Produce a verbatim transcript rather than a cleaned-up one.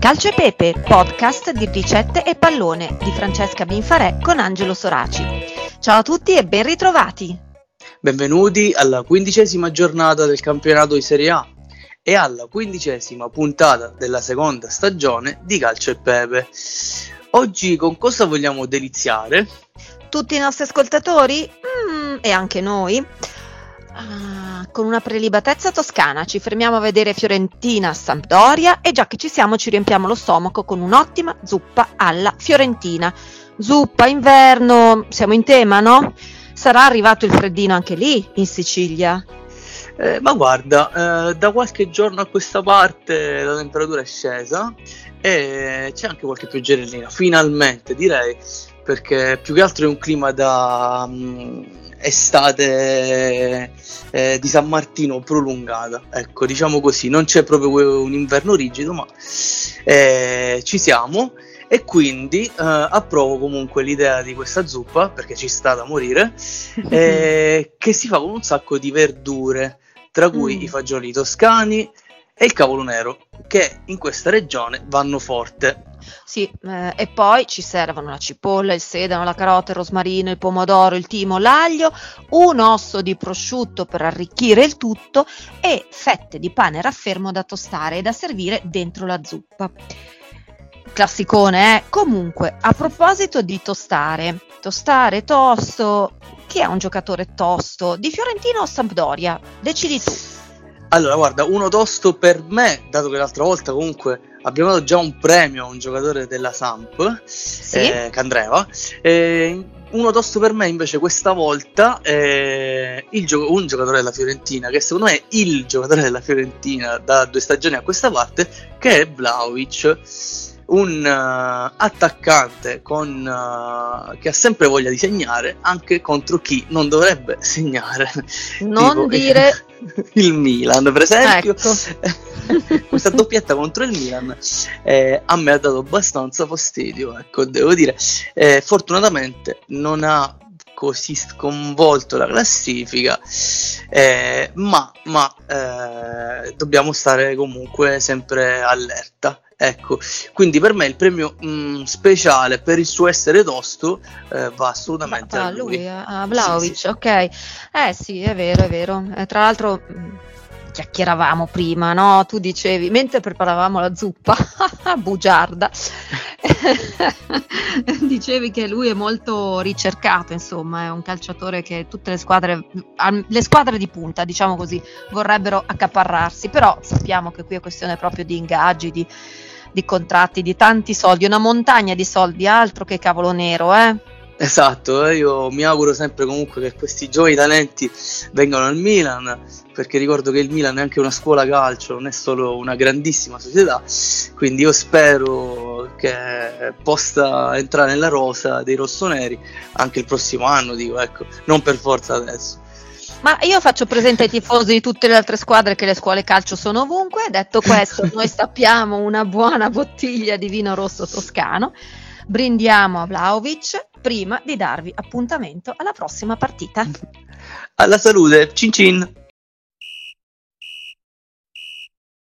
Calcio e Pepe, podcast di ricette e pallone di Francesca Binfarè con Angelo Soraci. Ciao a tutti e ben ritrovati. Benvenuti alla quindicesima giornata del campionato di Serie A e alla quindicesima puntata della seconda stagione di Calcio e Pepe. Oggi con cosa vogliamo deliziare? Tutti i nostri ascoltatori mm, e anche noi ah, con una prelibatezza toscana. Ci fermiamo a vedere Fiorentina Sampdoria e già che ci siamo ci riempiamo lo stomaco con un'ottima zuppa alla fiorentina. Zuppa, inverno, siamo in tema, no? Sarà arrivato il freddino anche lì in Sicilia? Eh, ma guarda, eh, da qualche giorno a questa parte la temperatura è scesa e c'è anche qualche pioggerellina, finalmente direi, perché più che altro è un clima da um, estate eh, di San Martino prolungata, ecco, diciamo così, non c'è proprio un inverno rigido, ma eh, ci siamo. E quindi eh, approvo comunque l'idea di questa zuppa, perché ci sta da morire, eh, che si fa con un sacco di verdure, tra cui mm. i fagioli toscani e il cavolo nero, che in questa regione vanno forte. Sì, eh, e poi ci servono la cipolla, il sedano, la carota, il rosmarino, il pomodoro, il timo, l'aglio, un osso di prosciutto per arricchire il tutto e fette di pane raffermo da tostare e da servire dentro la zuppa. Classicone, eh? Comunque, a proposito di tostare, tostare, tosto, chi è un giocatore tosto? Di Fiorentina o Sampdoria? Decidi tu. Allora, guarda, uno tosto per me, dato che l'altra volta comunque abbiamo dato già un premio a un giocatore della Samp, sì? eh, Candreva, eh, uno tosto per me invece questa volta è il gio- un giocatore della Fiorentina, che secondo me è il giocatore della Fiorentina da due stagioni a questa parte, che è Vlahovic. Un uh, attaccante con, uh, che ha sempre voglia di segnare anche contro chi non dovrebbe segnare, non tipo, dire il Milan per esempio. Ecco. Questa doppietta contro il Milan eh, a me ha dato abbastanza fastidio, ecco, devo dire. Eh, fortunatamente non ha così sconvolto la classifica, eh, ma, ma eh, dobbiamo stare comunque sempre allerta. Ecco, quindi per me il premio mh, speciale per il suo essere tosto eh, va assolutamente Ma, a lui, lui, a Vlahovic, sì, sì. Ok, eh sì, è vero, è vero. Eh, tra l'altro mh, chiacchieravamo prima, no? Tu dicevi, mentre preparavamo la zuppa, bugiarda, dicevi che lui è molto ricercato, insomma, è un calciatore che tutte le squadre, le squadre di punta, diciamo così, vorrebbero accaparrarsi, però sappiamo che qui è questione proprio di ingaggi, di di contratti, di tanti soldi, una montagna di soldi, altro che cavolo nero, eh? Esatto, io mi auguro sempre comunque che questi giovani talenti vengano al Milan, perché ricordo che il Milan è anche una scuola calcio, non è solo una grandissima società, quindi io spero che possa entrare nella rosa dei rossoneri anche il prossimo anno, dico, ecco, non per forza adesso. Ma io faccio presente ai tifosi di tutte le altre squadre che le scuole calcio sono ovunque. Detto questo, noi stappiamo una buona bottiglia di vino rosso toscano, brindiamo a Vlahovic prima di darvi appuntamento alla prossima partita. Alla salute, cin cin!